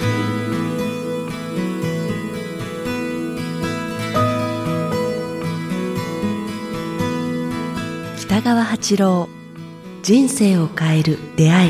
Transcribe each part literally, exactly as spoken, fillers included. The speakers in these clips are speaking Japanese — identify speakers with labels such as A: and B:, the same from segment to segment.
A: 北川八郎、人生を変える出会い。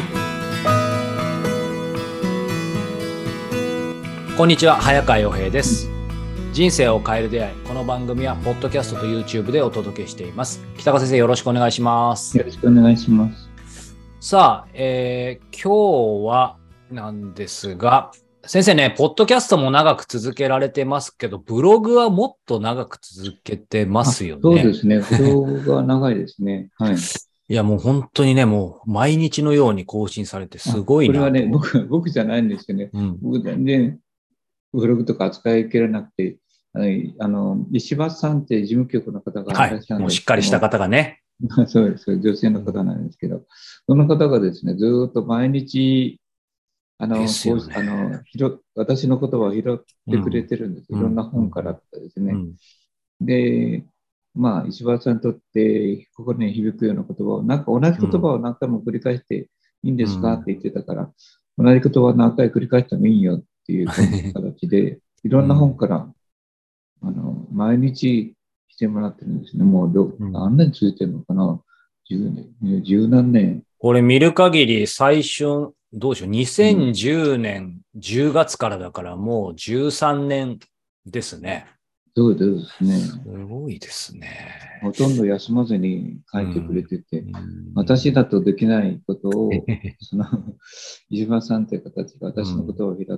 B: こんにちは、早川洋平です。人生を変える出会い。この番組はポッドキャストと YouTube でお届けしています。北川先生、よろしくお願いします。
C: よろしくお願いします。
B: さあ、えー、今日はなんですが、先生ね、ポッドキャストも長く続けられてますけど、ブログはもっと長く続けてますよね。
C: そうですね。ブログは長いですね。はい。
B: いや、もう本当にね、もう毎日のように更新されてすごいなと。
C: これはね、僕、僕じゃないんですよね。うん、僕全然ブログとか扱いきれなくて、あの、石橋さんって事務局の方がいらっしゃるんですけど、はい、
B: もうしっかりした方がね。
C: そうです。女性の方なんですけど、その方がですね、ずっと毎日、あの、ね、あの拾私の言葉を拾ってくれてるんです。うん、いろんな本からですね。うん、で、まあ、石橋さんにとって心に響くような言葉を、なんか同じ言葉を何回も繰り返していいんですかって言ってたから、うん、同じ言葉を何回繰り返してもいいよっていう形で、いろんな本から、あの、毎日してもらってるんですね。もう、うん、何年続いてるのかな ?じゅう 年、十何年。
B: これ見る限り最初、どうでしょう、にせんじゅうねんじゅうがつからだからもうじゅうさんねんですね。
C: そうですね。
B: すごいですね。
C: ほとんど休まずに書いてくれてて、うん、私だとできないことを、その、石橋さんという形が私のことを拾って、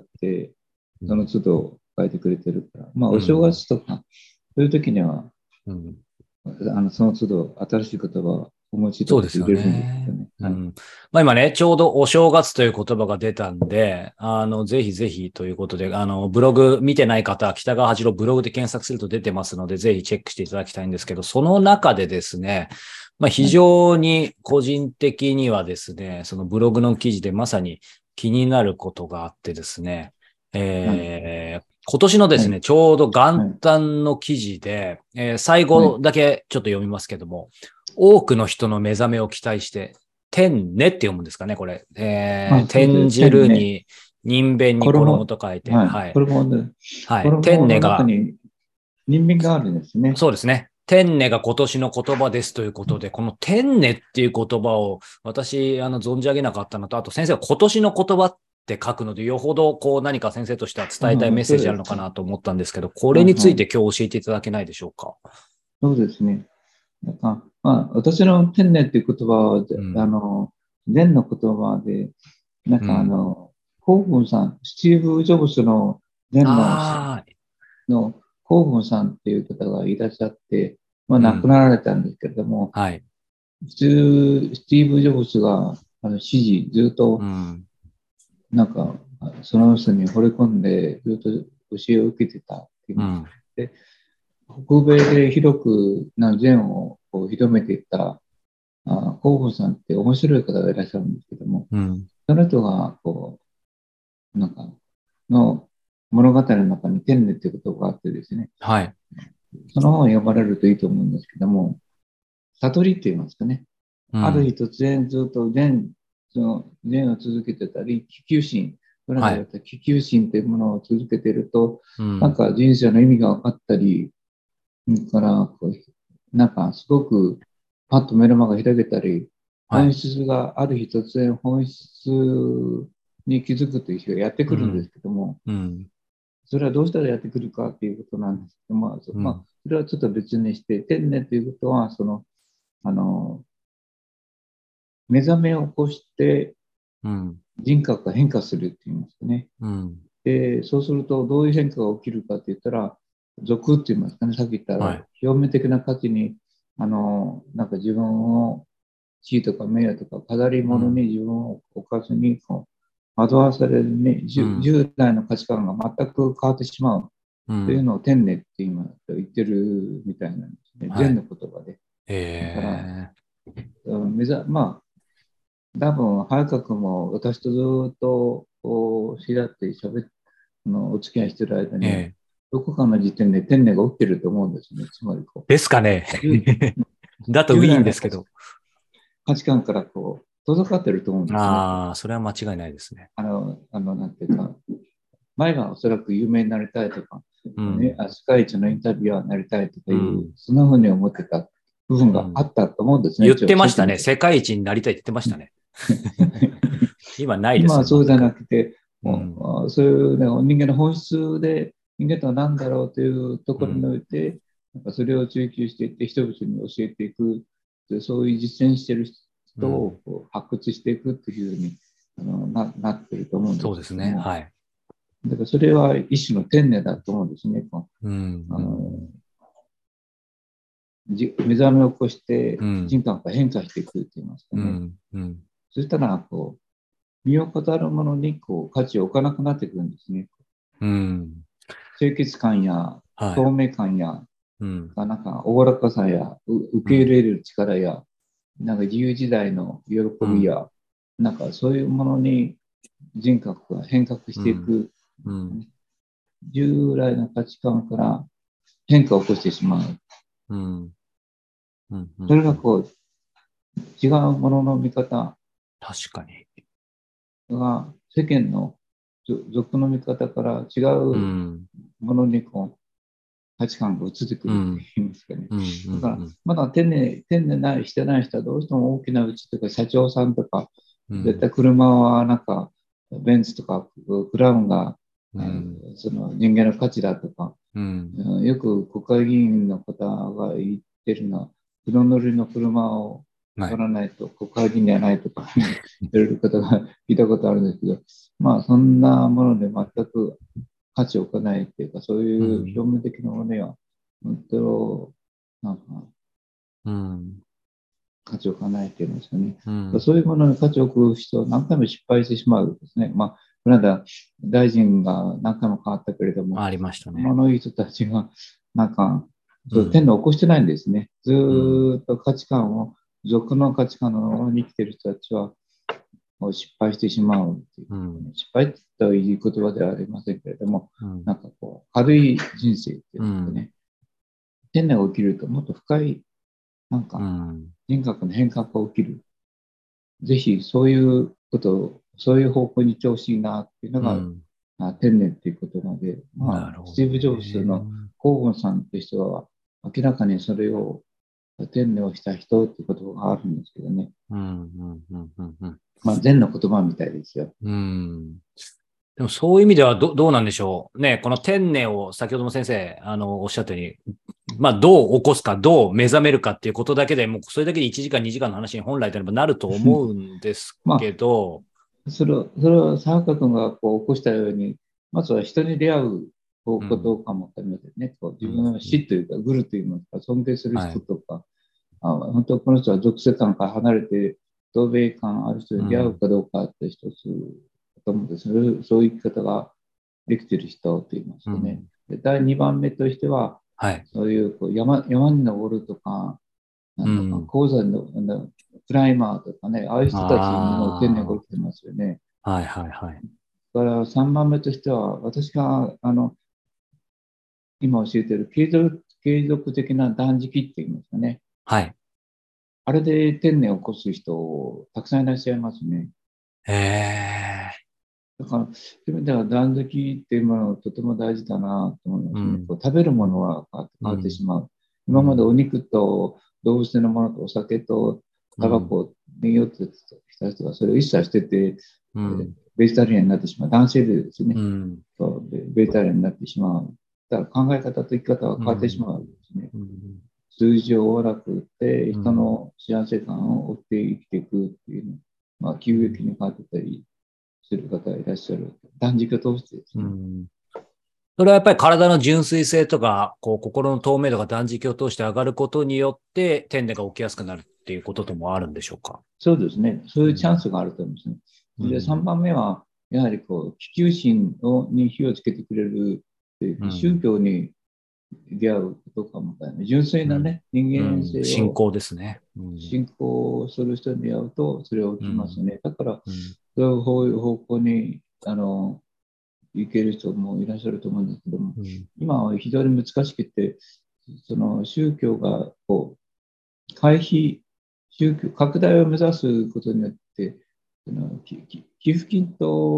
C: うん、その都度書いてくれてるから、まあ、お正月とか、うん、そういう時には、うん、あのその都度新しい言葉を思いついて入れるんですよね。
B: はい。うん、まあ、今ね、ちょうどお正月という言葉が出たんで、あの、ぜひぜひということで、あの、ブログ見てない方は北川八郎ブログで検索すると出てますので、ぜひチェックしていただきたいんですけど、その中でですね、まあ、非常に個人的にはですね、そのブログの記事でまさに気になることがあってですね、えー、今年のですね、はい、ちょうど元旦の記事で、はい、えー、最後だけちょっと読みますけども、はい、多くの人の目覚めを期待して、天ねって読むんですかね、これ。えー、転じるに、人弁に衣と書いて、
C: はい。はい、衣ね。
B: はい。天ねが、
C: 人弁があるんですね。
B: そうですね。天ねが今年の言葉ですということで、この天ねっていう言葉を私、あの、存じ上げなかったのと、あと先生は今年の言葉って書くので、よほどこう何か先生としては伝えたいメッセージあるのかなと思ったんですけど、これについて今日教えていただけないでしょうか。
C: そうですね。まあ、私の天ねっていう言葉は、うん、あの、禅の言葉で、なんかあの、コーブンさん、スティーブ・ジョブスの禅の、のコーブンさんっていう方がいらっしゃって、まあ亡くなられたんですけれども、
B: うん、はい。
C: 普通、スティーブ・ジョブスがあの指示、ずっと、なんか、その人に惚れ込んで、ずっと教えを受けてたっていう、うん、で、北米で広くな禅をこう広めていったあコーブンさんって面白い方がいらっしゃるんですけども、うん、その人がこうなんかの物語の中に天ねっていうことがあってですね、
B: はい、
C: その本を読まれるといいと思うんですけども、悟りって言いますかね、うん、ある日突然ずっと禅その禅を続けてたり、気球心、それらで気球心というものを続けていると、はい、なんか人生の意味が分かったり、からこうなんかすごくパッと目の前が開けたり、本質がある日突然本質に気づくという日がやってくるんですけども、うんうん、それはどうしたらやってくるかということなんですけども、うん、まあ、それはちょっと別にして、天ねということは、その、あの、目覚めを起こして人格が変化するって言いますかね。うん、で、そうするとどういう変化が起きるかって言ったら、俗って言いますかね、さっき言った、はい、表面的な価値に、あの、なんか自分を地位とか名誉とか飾り物に自分を置かずに、こう惑わされるね、うん、従来の価値観が全く変わってしまうというのを天ねって今言ってるみたいなんですね。禅、はい、の言葉で。
B: へ
C: だから、目ざまあ、多分、早川君も私とずっとこう知り合って喋って、お付き合いしてる間に、えーどこかの時点で天ねが起きてると思うんですね。つまりこう。
B: ですかね。だといいんですけど。
C: 価値観からこう、遠ざかってると思うんですね。
B: ああ、それは間違いないですね。
C: あの、あの、なんていうか、 前がおそらく有名になりたいとか、
B: うん
C: ね、世界一のインタビュアーになりたいとかいう、
B: うん、
C: そんなふうに思ってた部分があったと思うんですね。
B: 言ってましたね。世界一になりたいって言ってましたね。今ないですよ。
C: 今はそうじゃなくて、
B: も
C: うそういう、ね、人間の本質で人間とは何だろうというところにおいて、うん、なんかそれを追求していって人々に教えていく、そういう実践している人をこう発掘していくっていうふうに、あの な, なってると思うんですけども。
B: そうですね。はい。
C: だからそれは一種の天然だと思うんですね。
B: うん、
C: あの目覚めを起こして人格が変化していくといいますかね。うんうん、そしたらこう身を語るものにこう価値を置かなくなってくるんですね。
B: うん、
C: 清潔感や透明感や、はい、
B: うん、
C: なんかおおらかさや受け入れる力や、うん、なんか自由時代の喜びや、うん、なんかそういうものに人格が変革していく、うんうん、従来の価値観から変化を起こしてしまう。うんうんうん、それがこう違うものの見方
B: 確かに
C: が世間の俗の見方から違うものにこう価値観が移ってくるっていうんですかね。だからまだ天然天然ないしてない人はどうしても大きなうちとか社長さんとか、うん、絶対車はなんかベンツとかクラウンが、うん、その人間の価値だとか、うん、よく国会議員の方が言ってるのは黒塗りの車を乗らないと国会議員ではないとか言ってる方が聞いたことあるんですけど、まあそんなもので全く価値を置かないっていうか、そういう表面的なものには、本当、なんか、うん、価値を置かないっていうんですかね。うん、そういうものに価値を置く人は何回も失敗してしまうんですね。まあ、この間、大臣が何回も変わったけれども、
B: ありましたね。
C: 今の人たちが、なんか、そう天皇を起こしてないんですね。ずっと価値観を、俗の価値観のままに生きている人たちは、もう失敗してしまうっていう、うん、失敗という言葉ではありませんけれども、うん、なんかこう、軽い人生っていうんですかね。うん、天皇が起きるともっと深い、なんか、人格の変革が起きる。ぜひそういうことを、そういう方向に行ってほしいなっていうのが、うん、天然っていうことなので、まあ、スティーブ・ジョブズのコーゴンさんっていう人は、明らかにそれを天然をした人っていうことがあるんですけどね。うんうんうんうんうん、まあ、禅の言葉みたいですよ。
B: うん。でもそういう意味ではどどうなんでしょう。ね、この天然を先ほども先生、あの、おっしゃったように、まあ、どう起こすか、どう目覚めるかっていうことだけでもう、それだけでいちじかん、にじかんの話に本来であればなると思うんですけど。
C: まあ、それを、それを佐岡君がこう起こしたように、まずは人に出会うことかもわかりませんね。こう自分の師というか、グルといいますか、尊敬する人とか、はい、あ本当この人は属性感から離れて、同米感ある人に出会うかどうかって一つと思うんです、うん、そういう生き方ができている人といいますかね。うん、でだいにばんめとしては、はい、そういうこう 山, 山に登るとか、なんか鉱山の、うん、クライマーとかね、ああいう人たちにも天然が起きてますよね。
B: はいはいはい。
C: だからさんばんめとしては、私があの今教えている継続継続的な断食って言いますかね。
B: はい。
C: あれで天然を起こす人、たくさんいらっしゃいますね。
B: へえ。
C: だから、そういう意味では断食っていうものはとても大事だなと思いますね。うん、こう食べるものは変わってしまう。うん、今までお肉と動物性のものとお酒とタバコによってした人がそれを一切してて、うん、えー、ベジタリアンになってしまう。男性でですね、うん、そうベジタリアンになってしまう。だから考え方と生き方は変わってしまうんですね。うんうん、数字をおらくって人の幸せ感を追って生きていくっていうの、まあ、急激に変わってたりする方がいらっしゃる。断食を通してですね。うん、
B: それはやっぱり体の純粋性とか、こう心の透明度が断食を通して上がることによって、天然が起きやすくなるっていうことともあるんでしょうか。
C: そうですね。そういうチャンスがあると思うんですね。うん、で、さんばんめは、やはりこう、希求心をに火をつけてくれる、うん、宗教に出会うことかもかね。純粋なね、うん、人間性を、うん、
B: 信仰ですね。
C: うん、信仰する人に出会うと、それは起きますね。うん、だから、そういう方向に、あの、行ける人もいらっしゃると思うんですけども、うん、今は非常に難しくて、その宗教がこう回避、宗教拡大を目指すことによって、その寄付金と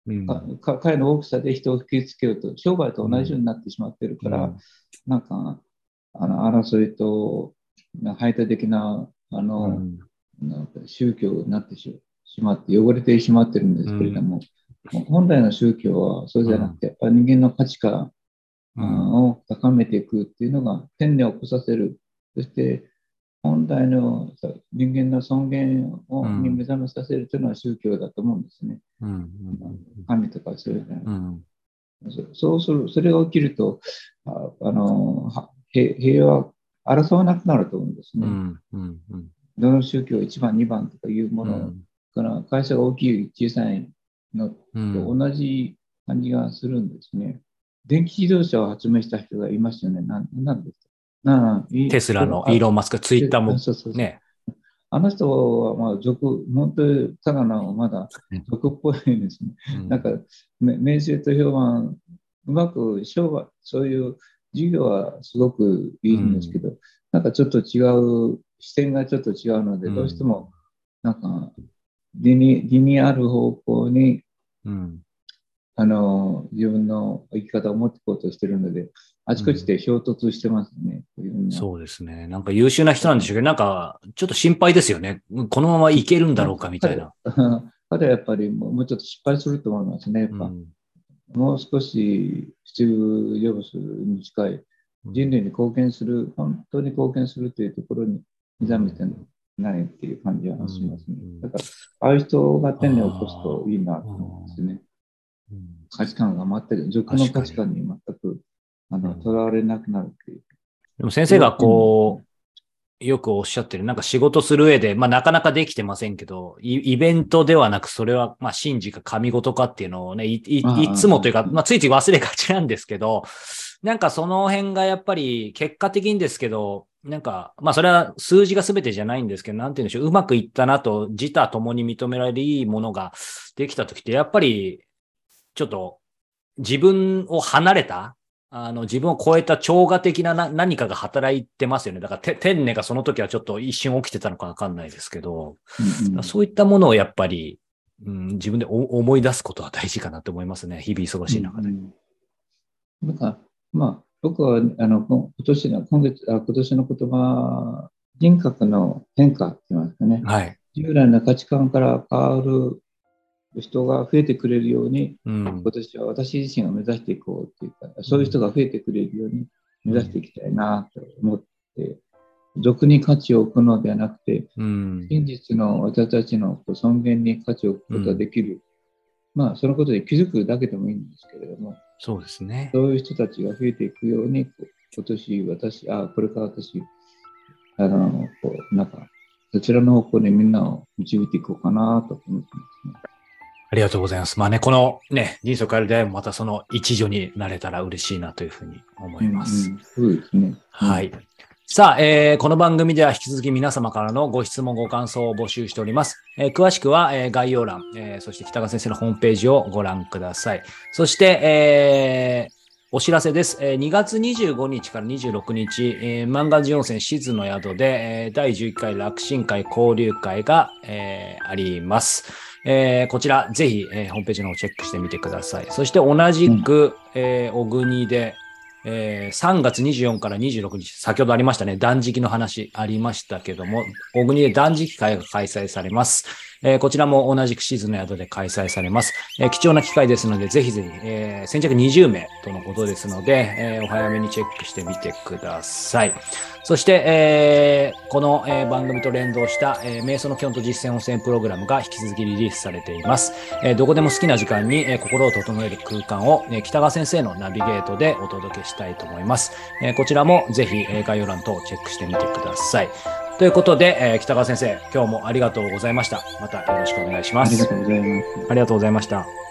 B: うん、
C: か彼の大きさで人を引きつけようと、商売と同じようになってしまってるから、うん、なんか、あの争いと排他的な、あの、うん、なんか宗教になってしまって、汚れてしまってるんですけれども、うん、本来の宗教はそうじゃなくて、やっぱり人間の価値観を高めていくっていうのが、天に起こさせる。そして、本来の人間の尊厳を、うん、に目覚めさせるというのは宗教だと思うんですね。うんうん、神とかそういうの、うん、そうする、それが起きると、ああの平和、争わなくなると思うんですね。うんうんうん、どの宗教いちばん、にばんとかいうものから、会社が大きい、小さいのと同じ感じがするんですね。うん、電気自動車を発明した人がいましたよね。ななんですか。な
B: テスラのイーロン・マスク、ツイッターも、ね、そうそうそう、
C: あの人は、まあ、俗、本当にただのまだ俗っぽいですね。うん、なんか、名声と評判、うまく商売、そういう事業はすごくいいんですけど、うん、なんかちょっと違う、視点がちょっと違うので、うん、どうしても、なんか、理に、理にある方向に、うん、あの、自分の生き方を持っていこうとしてるので、あちこちで衝突してますね。
B: うん、そうですね。なんか優秀な人なんでしょうけど、なんかちょっと心配ですよね。このままいけるんだろうかみたいな。
C: 彼はやっぱりもうちょっと失敗すると思いますね。やっぱ、うん、もう少しスティーブ・ジョブスに近い人類に貢献する、本当に貢献するというところに目覚めてないっていう感じはしますね。だから、ああいう人が天に起こすといいなと思うんですね。価値観が全く、俗の価値観に全くあの囚われなくなるっていう。
B: でも先生がこう、よくおっしゃってる、なんか仕事する上で、まあなかなかできてませんけど、イ, イベントではなく、それはまあ神事か神事かっていうのをね、い, い, いつもというか、まあついつい忘れがちなんですけど、なんかその辺がやっぱり結果的にですけど、なんか、まあそれは数字が全てじゃないんですけど、なんて言うんでしょう、うまくいったなと、自他共に認められるいいものができたときって、やっぱり、ちょっと自分を離れた、あの自分を超えた超我的な何かが働いてますよね。だから天音がその時はちょっと一瞬起きてたのかわかんないですけど、うんうん、そういったものをやっぱり、うん、自分で思い出すことは大事かなと思いますね。日々忙しい中で。うん
C: うん、なんか、まあ、僕はあの今年の、今月、あ今年の言葉、人格の変化って言いますかね。はい。従来の価値観から変わる人が増えてくれるように、うん、今年は私自身が目指していこうっていうか、そういう人が増えてくれるように目指していきたいなと思って、俗に価値を置くのではなくて、うん、真実の私たちの尊厳に価値を置くことができる。うん、まあ、そのことで気づくだけでもいいんですけれども、
B: そうですね。
C: そういう人たちが増えていくように、今年私、あ、これから私、あの、こう、なんか、そちらの方向にみんなを導いていこうかなと思ってますね。
B: ありがとうございます。まあね、このね、人生を変える出会いもまたその一助になれたら嬉しいなというふうに思います。
C: うんうん、そうですね。
B: はい。さあ、えー、この番組では引き続き皆様からのご質問、ご感想を募集しております。えー、詳しくは、えー、概要欄、えー、そして北川先生のホームページをご覧ください。そして、えー、お知らせです。にがつにじゅうごにちからにじゅうろくにち、えー、万願寺温泉静の宿で、えー、だいじゅういっかい楽神会交流会が、えー、あります。えー、こちらぜひ、えー、ホームページの方をチェックしてみてください。そして同じく、うんえー、小国で、えー、さんがつにじゅうよっかからにじゅうろくにち、先ほどありましたね、断食の話ありましたけども、小国で断食会が開催されます。えー、こちらも同じく静の宿で開催されます。えー、貴重な機会ですので、ぜひぜひ、えー、先着にじゅうめいとのことですので、えー、お早めにチェックしてみてください。そして、えー、この、えー、番組と連動した、えー、瞑想の基本と実践温泉プログラムが引き続きリリースされています。えー、どこでも好きな時間に、えー、心を整える空間を、えー、北川先生のナビゲートでお届けしたいと思います。えー、こちらもぜひ、えー、概要欄等をチェックしてみてください。ということで、えー、北川先生、今日もありがとうございました。またよろしくお願いします。
C: ありがとうございます。
B: ありがとうございました。